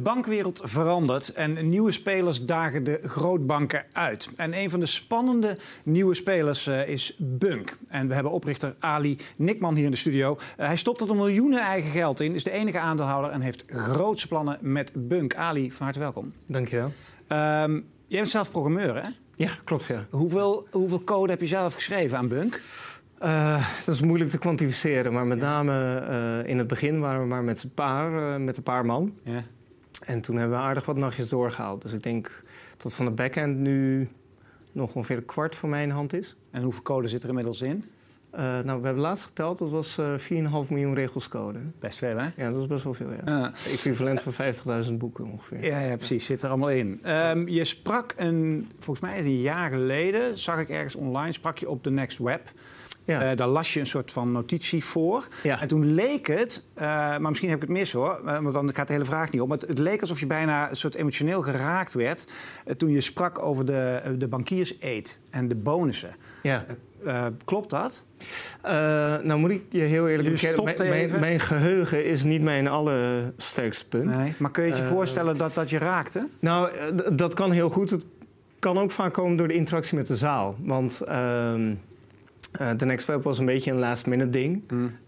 bankwereld verandert en nieuwe spelers dagen de grootbanken uit. En een van de spannende nieuwe spelers is Bunk. En we hebben oprichter Ali Nikman hier in de studio. Hij stopt er miljoenen eigen geld in, is de enige aandeelhouder en heeft grootse plannen met Bunk. Ali, van harte welkom. Dankjewel. Jij bent zelf programmeur, hè? Ja, klopt, ja. Hoeveel code heb je zelf geschreven aan Bunk? Dat is moeilijk te kwantificeren, maar met name in het begin waren we maar met een paar man. Ja. En toen hebben we aardig wat nachtjes doorgehaald. Dus ik denk dat van de backend nu nog ongeveer een kwart van mijn hand is. En hoeveel code zit er inmiddels in? We hebben laatst geteld, dat was 4,5 miljoen regels code. Best veel, hè? Ja, dat is best wel veel, ja. Equivalent van 50.000 boeken ongeveer. Ja, precies. Zit er allemaal in. Je sprak volgens mij een jaar geleden, zag ik ergens online, sprak je op The Next Web. Ja. Daar las je een soort van notitie voor. Ja. En toen leek het, maar misschien heb ik het mis hoor, want dan gaat de hele vraag niet op. Maar het leek alsof je bijna een soort emotioneel geraakt werd toen je sprak over de bankierseed en de bonussen. Ja. Klopt dat? Nou moet ik je heel eerlijk bekennen, mijn geheugen is niet mijn allersterkste punt. Nee, maar kun je je voorstellen dat je raakte? Nou, dat kan heel goed. Het kan ook vaak komen door de interactie met de zaal. Want The Next Web was een beetje een last-minute ding.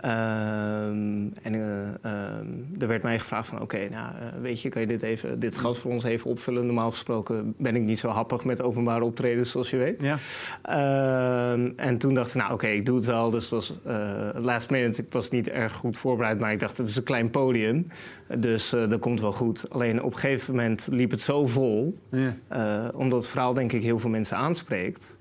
Er werd mij gevraagd van... Oké, weet je, kan je dit gat voor ons even opvullen? Normaal gesproken ben ik niet zo happig met openbare optredens, zoals je weet. Ja. En toen dacht ik, oké, ik doe het wel. Dus het was last minute. Ik was niet erg goed voorbereid, maar ik dacht, het is een klein podium. Dus dat komt wel goed. Alleen op een gegeven moment liep het zo vol... omdat het verhaal denk ik heel veel mensen aanspreekt...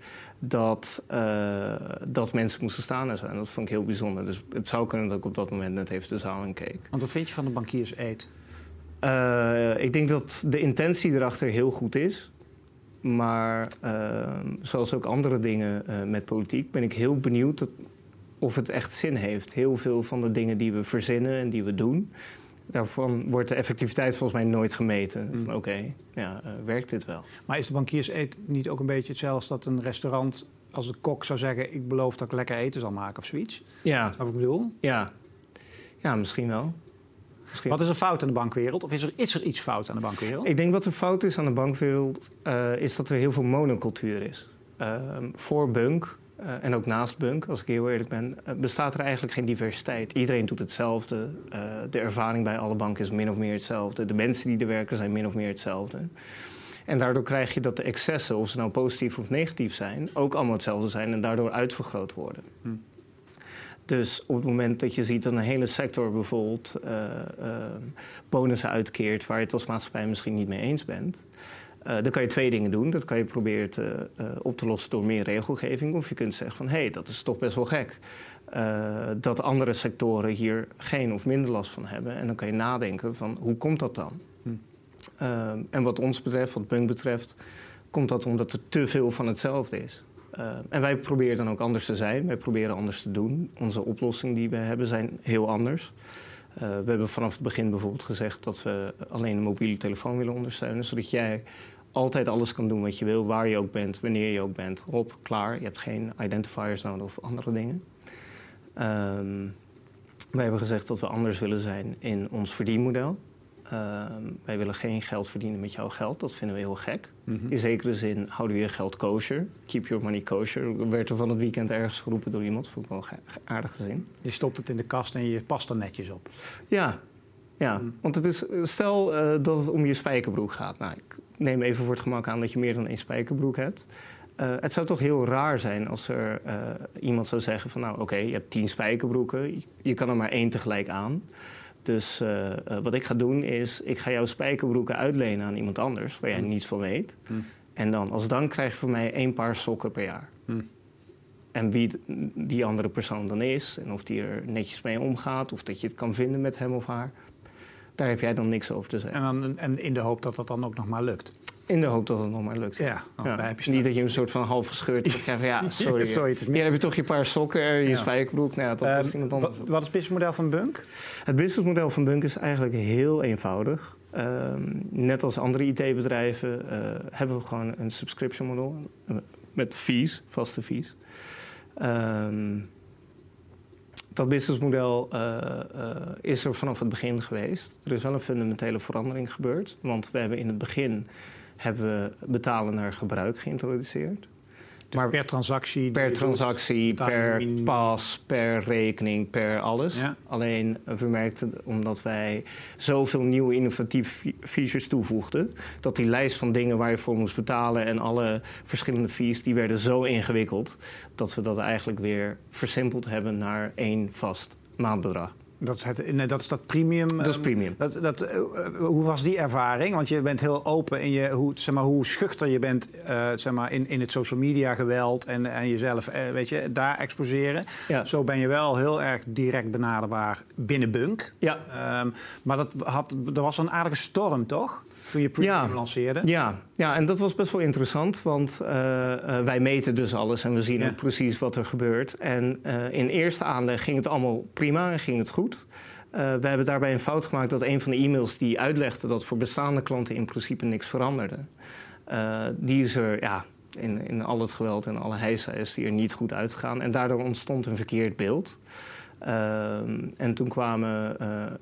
Dat mensen moesten staan en zo. En dat vond ik heel bijzonder. Dus het zou kunnen dat ik op dat moment net even de zaal in keek. Want wat vind je van de bankierseed? Ik denk dat de intentie erachter heel goed is. Maar zoals ook andere dingen met politiek... ben ik heel benieuwd of het echt zin heeft. Heel veel van de dingen die we verzinnen en die we doen... daarvan wordt de effectiviteit volgens mij nooit gemeten. Oké, werkt dit wel? Maar is de bankierseed niet ook een beetje hetzelfde als dat een restaurant... als de kok zou zeggen, ik beloof dat ik lekker eten zal maken of zoiets? Ja. Dat is wat ik bedoel? Ja, misschien wel. Wat is er fout aan de bankwereld? Of is er iets fout aan de bankwereld? Ik denk wat er fout is aan de bankwereld... is dat er heel veel monocultuur is. Voor Bunk... en ook naast Bunk, als ik heel eerlijk ben, bestaat er eigenlijk geen diversiteit. Iedereen doet hetzelfde. De ervaring bij alle banken is min of meer hetzelfde. De mensen die er werken zijn min of meer hetzelfde. En daardoor krijg je dat de excessen, of ze nou positief of negatief zijn... ook allemaal hetzelfde zijn en daardoor uitvergroot worden. Dus op het moment dat je ziet dat een hele sector bijvoorbeeld bonussen uitkeert... waar je het als maatschappij misschien niet mee eens bent... dan kan je twee dingen doen. Dat kan je proberen op te lossen door meer regelgeving. Of je kunt zeggen van, dat is toch best wel gek. Dat andere sectoren hier geen of minder last van hebben. En dan kan je nadenken van, hoe komt dat dan? En wat ons betreft, wat Bunk betreft... komt dat omdat er te veel van hetzelfde is. En wij proberen dan ook anders te zijn. Wij proberen anders te doen. Onze oplossingen die we hebben zijn heel anders. We hebben vanaf het begin bijvoorbeeld gezegd dat we alleen een mobiele telefoon willen ondersteunen. Zodat jij altijd alles kan doen wat je wil, waar je ook bent, wanneer je ook bent. Hop, klaar. Je hebt geen identifiers nodig of andere dingen. Wij hebben gezegd dat we anders willen zijn in ons verdienmodel. Wij willen geen geld verdienen met jouw geld. Dat vinden we heel gek. In zekere zin houden we je geld kosher. Keep your money kosher. Dat werd er van het weekend ergens geroepen door iemand. Vond ik wel aardige zin. Je stopt het in de kast en je past er netjes op. Ja. Want het is, stel dat het om je spijkerbroek gaat. Nou, ik neem even voor het gemak aan dat je meer dan 1 spijkerbroek hebt. Het zou toch heel raar zijn als er iemand zou zeggen van... oké, je hebt 10 spijkerbroeken. Je kan er maar 1 tegelijk aan. Dus wat ik ga doen is, ik ga jouw spijkerbroeken uitlenen aan iemand anders... waar jij niets van weet. En dan, als dank krijg je van mij 1 paar sokken per jaar. En wie die andere persoon dan is... en of die er netjes mee omgaat... of dat je het kan vinden met hem of haar... daar heb jij dan niks over te zeggen. En in de hoop dat dat dan ook nog maar lukt? In de hoop dat het nog maar lukt. Ja. Niet dat je een soort van half gescheurd krijgt van... sorry, hier heb je toch je paar sokken en je spijkerbroek. Dat is iemand anders. Wat is het businessmodel van Bunk? Het businessmodel van Bunk is eigenlijk heel eenvoudig. Net als andere IT-bedrijven hebben we gewoon een subscription model... met fees, vaste fees. Dat businessmodel is er vanaf het begin geweest. Er is wel een fundamentele verandering gebeurd. Want we hebben in het begin betalen naar gebruik geïntroduceerd. Dus maar per transactie? Per transactie, per pas, per rekening, per alles. Ja. Alleen we merkten, omdat wij zoveel nieuwe innovatieve features toevoegden, dat die lijst van dingen waar je voor moest betalen en alle verschillende fees, die werden zo ingewikkeld dat we dat eigenlijk weer versimpeld hebben naar 1 vast maandbedrag. Dat is dat premium. Dat is premium. Hoe was die ervaring? Want je bent heel open in hoe schuchter je bent in het social media geweld en jezelf daar exposeren. Ja. Zo ben je wel heel erg direct benaderbaar binnen Bunk. Ja. Maar er was een aardige storm, toch? Toen je premium lanceerde. Ja, en dat was best wel interessant, want wij meten dus alles en we zien ook precies wat er gebeurt. En in eerste aanleg ging het allemaal prima en ging het goed. We hebben daarbij een fout gemaakt dat een van de e-mails die uitlegde dat voor bestaande klanten in principe niks veranderde. Die is er in al het geweld en alle heisa is die er niet goed uitgegaan. En daardoor ontstond een verkeerd beeld. En toen kwamen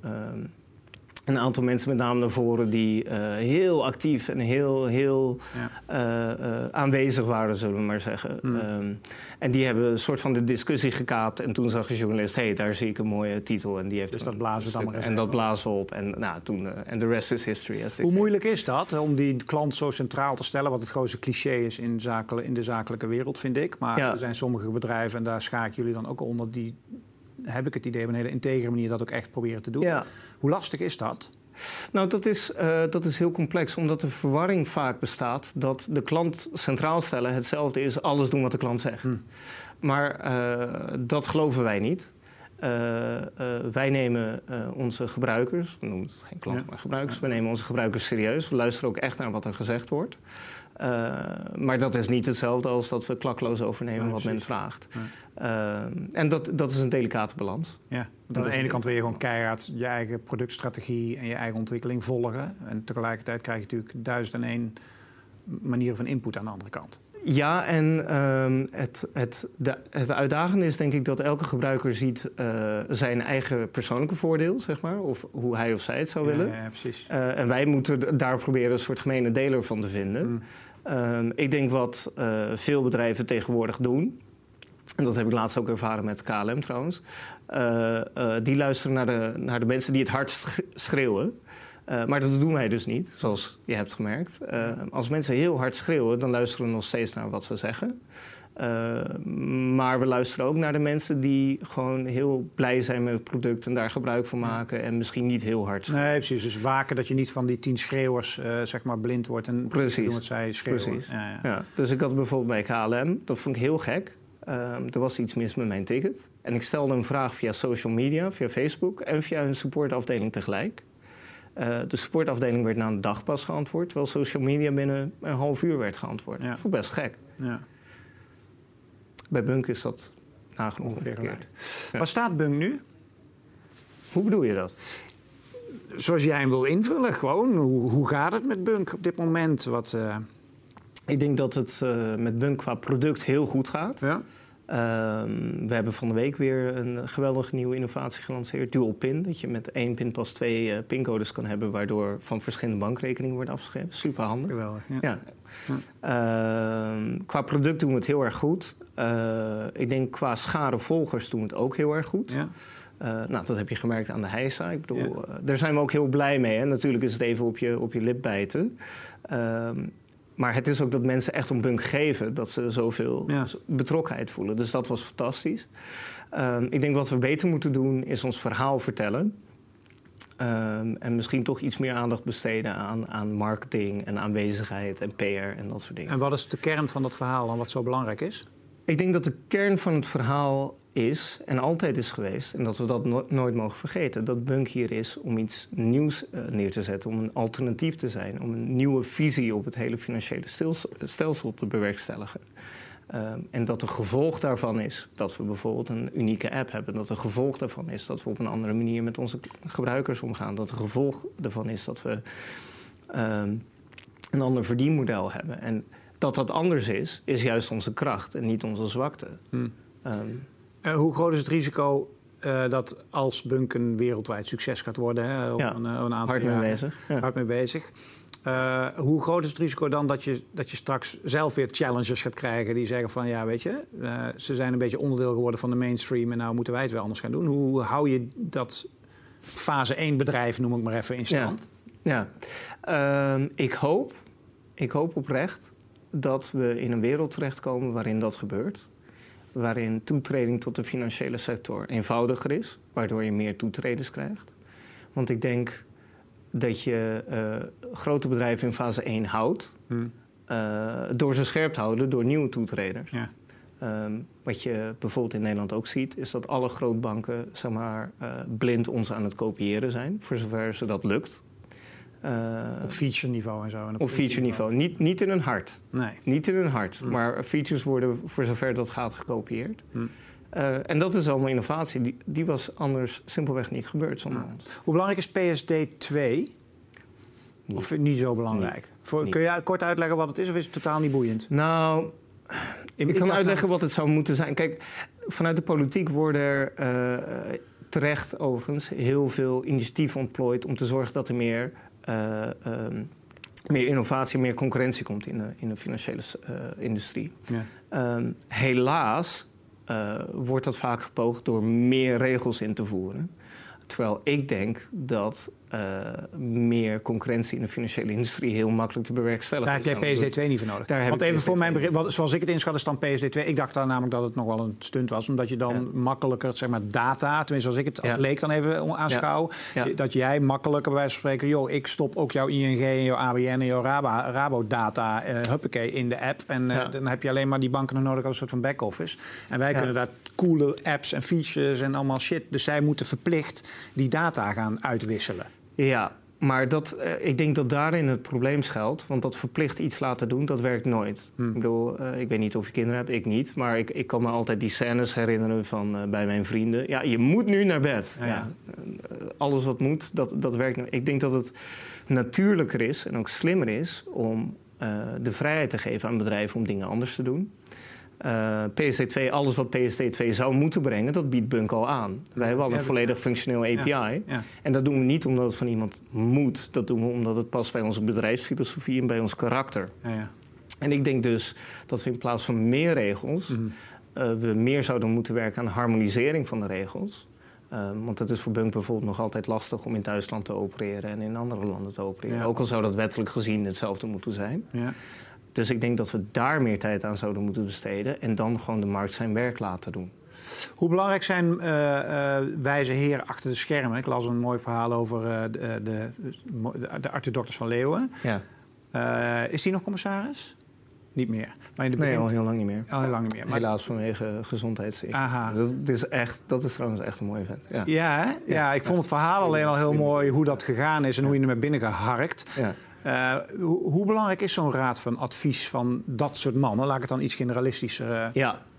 een aantal mensen met name naar voren die heel actief en heel aanwezig waren, zullen we maar zeggen. En die hebben een soort van de discussie gekaapt. En toen zag de journalist, daar zie ik een mooie titel. En die heeft dus dat blazen we dan maar eens. En dat blazen we op. En de rest is history. Hoe moeilijk is dat, om die klant zo centraal te stellen? Wat het grootste cliché is in de zakelijke wereld, vind ik. Maar er zijn sommige bedrijven, en daar schaak jullie dan ook onder, die, heb ik het idee, op een hele integere manier dat ook echt proberen te doen. Ja. Hoe lastig is dat? Nou, dat is heel complex, omdat de verwarring vaak bestaat dat de klant centraal stellen hetzelfde is, alles doen wat de klant zegt. Maar dat geloven wij niet. Wij nemen onze gebruikers, we noemen het geen klanten, maar gebruikers, we nemen onze gebruikers serieus. We luisteren ook echt naar wat er gezegd wordt. Maar dat is niet hetzelfde als dat we klakloos overnemen wat men vraagt. En dat is een delicate balans. Ja. Aan de ene kant wil je gewoon keihard je eigen productstrategie en je eigen ontwikkeling volgen. En tegelijkertijd krijg je natuurlijk 1001 manieren van input aan de andere kant. Ja, en het uitdagende is denk ik dat elke gebruiker ziet zijn eigen persoonlijke voordeel, zeg maar. Of hoe hij of zij het zou willen. Ja, precies. En wij moeten daar proberen een soort gemene deler van te vinden. Ik denk wat veel bedrijven tegenwoordig doen, en dat heb ik laatst ook ervaren met KLM trouwens, die luisteren naar de mensen die het hardst schreeuwen. Maar dat doen wij dus niet, zoals je hebt gemerkt. Als mensen heel hard schreeuwen, dan luisteren we nog steeds naar wat ze zeggen. Maar we luisteren ook naar de mensen die gewoon heel blij zijn met het product en daar gebruik van maken en misschien niet heel hard schreeuwen. Nee, precies. Dus waken dat je niet van die 10 schreeuwers blind wordt en doen wat zij schreeuwen. Precies. Ja. Dus ik had bijvoorbeeld bij KLM, dat vond ik heel gek. Er was iets mis met mijn ticket. En ik stelde een vraag via social media, via Facebook en via hun supportafdeling tegelijk. De supportafdeling werd na een dag pas geantwoord, terwijl social media binnen een half uur werd geantwoord. Dat vond ik best gek. Ja. Bij Bunk is dat nagenoeg omgekeerd. Waar staat Bunk nu? Hoe bedoel je dat? Zoals jij hem wil invullen, gewoon. Hoe gaat het met Bunk op dit moment? Ik denk dat het met Bunk qua product heel goed gaat. Ja. We hebben van de week weer een geweldige nieuwe innovatie gelanceerd. Dual PIN, dat je met 1 pinpas 2 pincodes kan hebben, waardoor van verschillende bankrekeningen wordt afgeschreven. Super handig. Geweldig, Qua product doen we het heel erg goed. Ik denk qua schare volgers doen we het ook heel erg goed. Ja. Dat heb je gemerkt aan de heisa. Ik bedoel, daar zijn we ook heel blij mee. Hè? Natuurlijk is het even op je lip bijten. Maar het is ook dat mensen echt om Bunk geven, dat ze zoveel betrokkenheid voelen. Dus dat was fantastisch. Ik denk wat we beter moeten doen, is ons verhaal vertellen. En misschien toch iets meer aandacht besteden aan marketing en aanwezigheid en PR en dat soort dingen. En wat is de kern van dat verhaal dan, wat zo belangrijk is? Ik denk dat de kern van het verhaal is, en altijd is geweest, en dat we dat nooit mogen vergeten, dat Bunk hier is om iets nieuws neer te zetten, om een alternatief te zijn, om een nieuwe visie op het hele financiële stelsel te bewerkstelligen. En dat de gevolg daarvan is dat we bijvoorbeeld een unieke app hebben. Dat de gevolg daarvan is dat we op een andere manier met onze gebruikers omgaan. Dat de gevolg daarvan is dat we een ander verdienmodel hebben. En dat anders is juist onze kracht en niet onze zwakte. Hoe groot is het risico dat als Bunk een wereldwijd succes gaat worden... Hè, een aantal hard jaren, mee bezig. Hard mee bezig. Hoe groot is het risico dan dat je straks zelf weer challengers gaat krijgen... die zeggen van, ja, weet je, ze zijn een beetje onderdeel geworden van de mainstream... en nou moeten wij het weer anders gaan doen. Hoe hou je dat fase 1 bedrijf, noem ik maar even, in stand? Ik hoop oprecht dat we in een wereld terechtkomen waarin dat gebeurt. Waarin toetreding tot de financiële sector eenvoudiger is... waardoor je meer toetreders krijgt. Want ik denk... dat je grote bedrijven in fase 1 houdt... door ze scherp te houden door nieuwe toetreders. Ja. Wat je bijvoorbeeld in Nederland ook ziet... is dat alle grootbanken zeg maar, blind ons aan het kopiëren zijn... voor zover ze dat lukt. Op feature niveau en zo. En op feature niveau. Niet in hun hart. Nee. Niet in hun hart. Maar features worden voor zover dat gaat gekopieerd. En dat is allemaal innovatie. Die was anders simpelweg niet gebeurd zonder ons. Hoe belangrijk is PSD 2? Of niet zo belangrijk? Kun je kort uitleggen wat het is of is het totaal niet boeiend? Nou, ik kan uitleggen wat het zou moeten zijn. Kijk, vanuit de politiek worden er terecht overigens heel veel initiatieven ontplooid... om te zorgen dat er meer innovatie, meer concurrentie komt in de financiële industrie. Ja. Helaas wordt dat vaak gepoogd door meer regels in te voeren. Terwijl ik denk dat meer concurrentie in de financiële industrie heel makkelijk te bewerkstelligen is. Daar heb jij PSD 2 niet voor nodig. Want even voor mijn begrip, zoals ik het inschat, is dan PSD 2. Ik dacht dan namelijk dat het nog wel een stunt was, omdat je dan makkelijker, zeg maar, data, tenminste als ik het als leek dan even aanschouw, dat jij makkelijker bij wijze van spreken, joh, ik stop ook jouw ING en jouw ABN en jouw Rabo-data, huppakee, in de app. En dan heb je alleen maar die banken nog nodig als een soort van back-office. En wij kunnen daar coole apps en features en allemaal shit. Dus zij moeten verplicht die data gaan uitwisselen. Ja, maar ik denk dat daarin het probleem schuilt. Want dat verplicht iets laten doen, dat werkt nooit. Ik bedoel, ik weet niet of je kinderen hebt, ik niet. Maar ik kan me altijd die scènes herinneren van bij mijn vrienden. Ja, je moet nu naar bed. Ja. Alles wat moet, dat werkt nooit. Ik denk dat het natuurlijker is en ook slimmer is... om de vrijheid te geven aan bedrijven om dingen anders te doen. PSD 2, alles wat PSD 2 zou moeten brengen, dat biedt Bunk al aan. Wij hebben al een volledig functioneel API. Ja. En dat doen we niet omdat het van iemand moet. Dat doen we omdat het past bij onze bedrijfsfilosofie en bij ons karakter. Ja. En ik denk dus dat we in plaats van meer regels... we meer zouden moeten werken aan de harmonisering van de regels. Want het is voor Bunk bijvoorbeeld nog altijd lastig om in Duitsland te opereren... en in andere landen te opereren. Ja. Ook al zou dat wettelijk gezien hetzelfde moeten zijn... Ja. Dus ik denk dat we daar meer tijd aan zouden moeten besteden... en dan gewoon de markt zijn werk laten doen. Hoe belangrijk zijn wijze heren achter de schermen? Ik las een mooi verhaal over de Arthur Dokters van Leeuwen. Ja. Is die nog commissaris? Niet meer. Maar in de nee, al heel lang niet meer. Al heel lang niet meer. Maar... Helaas vanwege gezondheidsziekten. Dat is trouwens echt een mooi event. Ja, ik vond het verhaal alleen al heel mooi... hoe dat gegaan is en hoe je er naar binnen geharkt... Ja. Hoe belangrijk is zo'n raad van advies van dat soort mannen? Laat ik het dan iets generalistischer...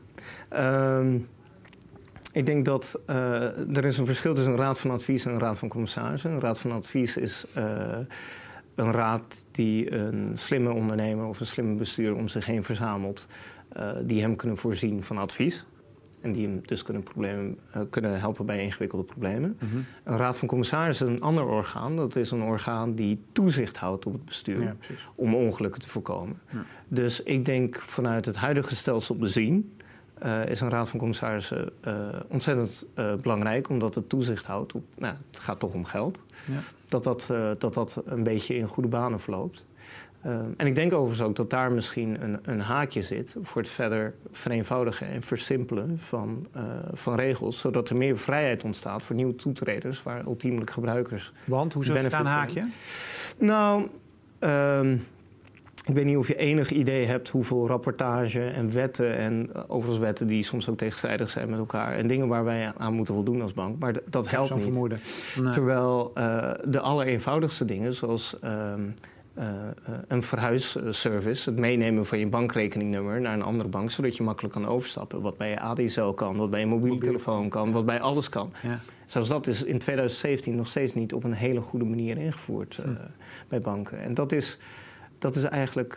Ik denk dat er is een verschil tussen een raad van advies en een raad van commissarissen. Een raad van advies is een raad die een slimme ondernemer of een slimme bestuurder om zich heen verzamelt... die hem kunnen voorzien van advies. En die hem dus kunnen helpen bij ingewikkelde problemen. Een raad van commissarissen is een ander orgaan. Dat is een orgaan die toezicht houdt op het bestuur. Om ongelukken te voorkomen. Ja. Dus ik denk vanuit het huidige stelsel bezien... is een raad van commissarissen ontzettend belangrijk... omdat het toezicht houdt op... Nou, het gaat toch om geld. Ja. Dat een beetje in goede banen verloopt. En ik denk overigens ook dat daar misschien een haakje zit... voor het verder vereenvoudigen en versimpelen van regels... zodat er meer vrijheid ontstaat voor nieuwe toetreders... waar ultiemelijk gebruikers... Want, hoezo is daar een haakje? Nou, ik weet niet of je enig idee hebt... hoeveel rapportage en wetten en overigens wetten... die soms ook tegenstrijdig zijn met elkaar... en dingen waar wij aan moeten voldoen als bank. Maar dat helpt niet. Vermoeden. Nee. Terwijl de allereenvoudigste dingen, zoals... een verhuisservice, het meenemen van je bankrekeningnummer naar een andere bank... zodat je makkelijk kan overstappen. Wat bij je ADSL kan, wat bij je mobiele telefoon kan, wat bij alles kan. Ja. Zelfs dat is in 2017 nog steeds niet op een hele goede manier ingevoerd bij banken. En dat is eigenlijk,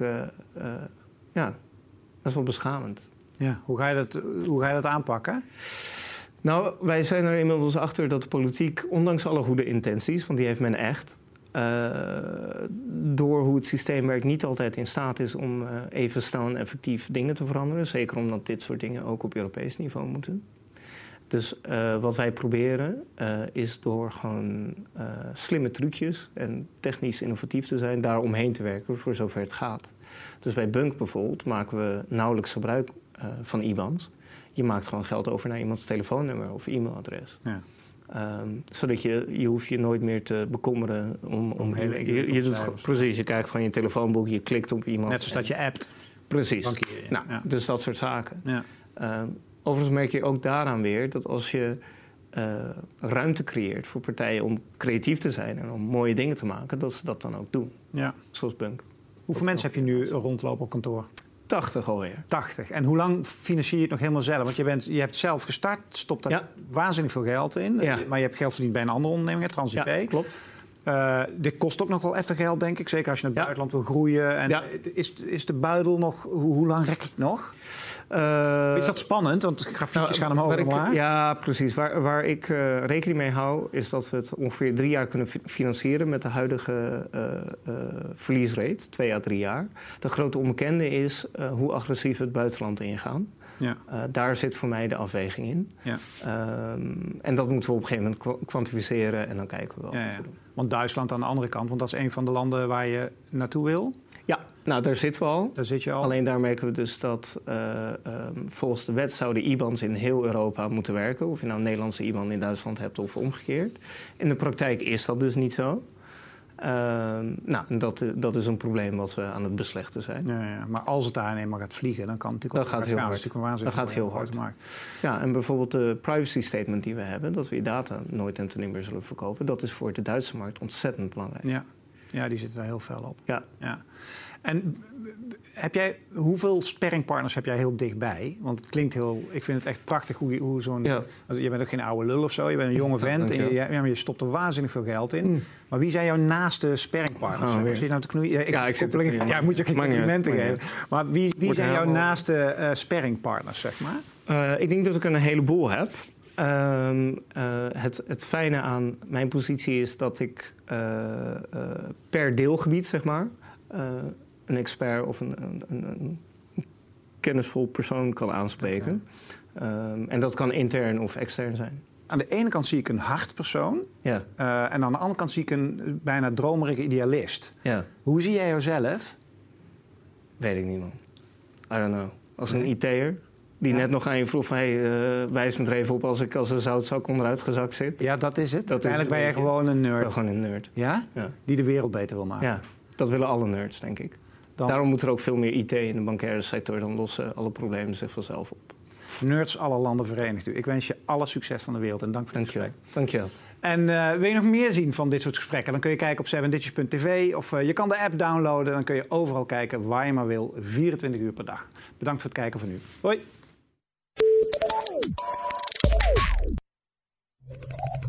dat is wel beschamend. Ja, hoe ga je dat aanpakken? Nou, wij zijn er inmiddels achter dat de politiek, ondanks alle goede intenties, want die heeft men echt, door hoe het systeem werkt niet altijd in staat is om even snel en effectief dingen te veranderen. Zeker omdat dit soort dingen ook op Europees niveau moeten. Dus wat wij proberen is door gewoon slimme trucjes en technisch innovatief te zijn, daar omheen te werken voor zover het gaat. Dus bij Bunk bijvoorbeeld maken we nauwelijks gebruik van IBAN's. Je maakt gewoon geld over naar iemands telefoonnummer of e-mailadres. Ja. Zodat je hoeft je nooit meer te bekommeren om je doet precies, je kijkt gewoon je telefoonboek, je klikt op iemand. Net zoals dat je appt. Precies. Nou, ja. Dus dat soort zaken. Ja. Overigens merk je ook daaraan weer dat als je ruimte creëert voor partijen om creatief te zijn en om mooie dingen te maken, dat ze dat dan ook doen. Ja. Zoals Bunk. Hoeveel mensen heb je nu rondlopen op kantoor? 80 alweer. 80. En hoe lang financier je het nog helemaal zelf? Want je hebt zelf gestart, stopt daar waanzinnig veel geld in. Ja. Maar je hebt geld verdiend bij een andere onderneming, TransIP. Ja, klopt. Dit kost ook nog wel even geld, denk ik. Zeker als je naar het buitenland wil groeien. En is de buidel nog... Hoe lang rek het nog? Is dat spannend? Want grafiekjes gaan omhoog en omlaag. Ja, precies. Waar ik rekening mee hou, is dat we het ongeveer 3 jaar kunnen financieren met de huidige verliesrate. 2 à 3 jaar. De grote onbekende is hoe agressief we het buitenland ingaan. Ja. Daar zit voor mij de afweging in. Ja. En dat moeten we op een gegeven moment kwantificeren en dan kijken we wel wat we doen. Want Duitsland aan de andere kant, want dat is een van de landen waar je naartoe wil? Ja, nou daar zitten we al. Daar zit je al. Alleen daar merken we dus dat volgens de wet zouden IBAN's in heel Europa moeten werken. Of je nou een Nederlandse IBAN in Duitsland hebt of omgekeerd. In de praktijk is dat dus niet zo. Dat is een probleem wat we aan het beslechten zijn. Ja, maar als het daar eenmaal gaat vliegen, dan kan het natuurlijk ook dat gaat heel hard. Ja, en bijvoorbeeld de privacy statement die we hebben, dat we je data nooit en ten nimmer zullen verkopen, dat is voor de Duitse markt ontzettend belangrijk. Ja, die zitten daar heel fel op. Ja. En hoeveel sparringpartners heb jij heel dichtbij? Want het klinkt ik vind het echt prachtig hoe zo'n... Ja. Je bent ook geen oude lul of zo, je bent een jonge vent en je stopt er waanzinnig veel geld in. Maar wie zijn jouw naaste sparringpartners? Zit je nou te knoeien? Moet je geen complimenten geven. Maar wie zijn jouw naaste sparringpartners, zeg maar? Ik denk dat ik een heleboel heb. Het fijne aan mijn positie is dat ik per deelgebied, zeg maar, een expert of een kennisvol persoon kan aanspreken. En dat kan intern of extern zijn. Aan de ene kant zie ik een hard persoon. Ja. En aan de andere kant zie ik een bijna dromerige idealist. Ja. Hoe zie jij jezelf? Weet ik niet, man. I don't know. Als een IT'er die net nog aan je vroeg van... wijs me er even op als ik als een zoutzak onderuit gezakt zit. Ja, dat is het. Uiteindelijk ben je gewoon een nerd. Ik ben gewoon een nerd. Ja? Die de wereld beter wil maken. Ja, dat willen alle nerds, denk ik. Daarom moet er ook veel meer IT in de bankaire sector. Dan lossen alle problemen zich vanzelf op. Nerds alle landen verenigd u. Ik wens je alle succes van de wereld en dank voor het gesprek. Dank je wel. En wil je nog meer zien van dit soort gesprekken? Dan kun je kijken op 7digits.tv of je kan de app downloaden. Dan kun je overal kijken waar je maar wil, 24 uur per dag. Bedankt voor het kijken van nu. Hoi!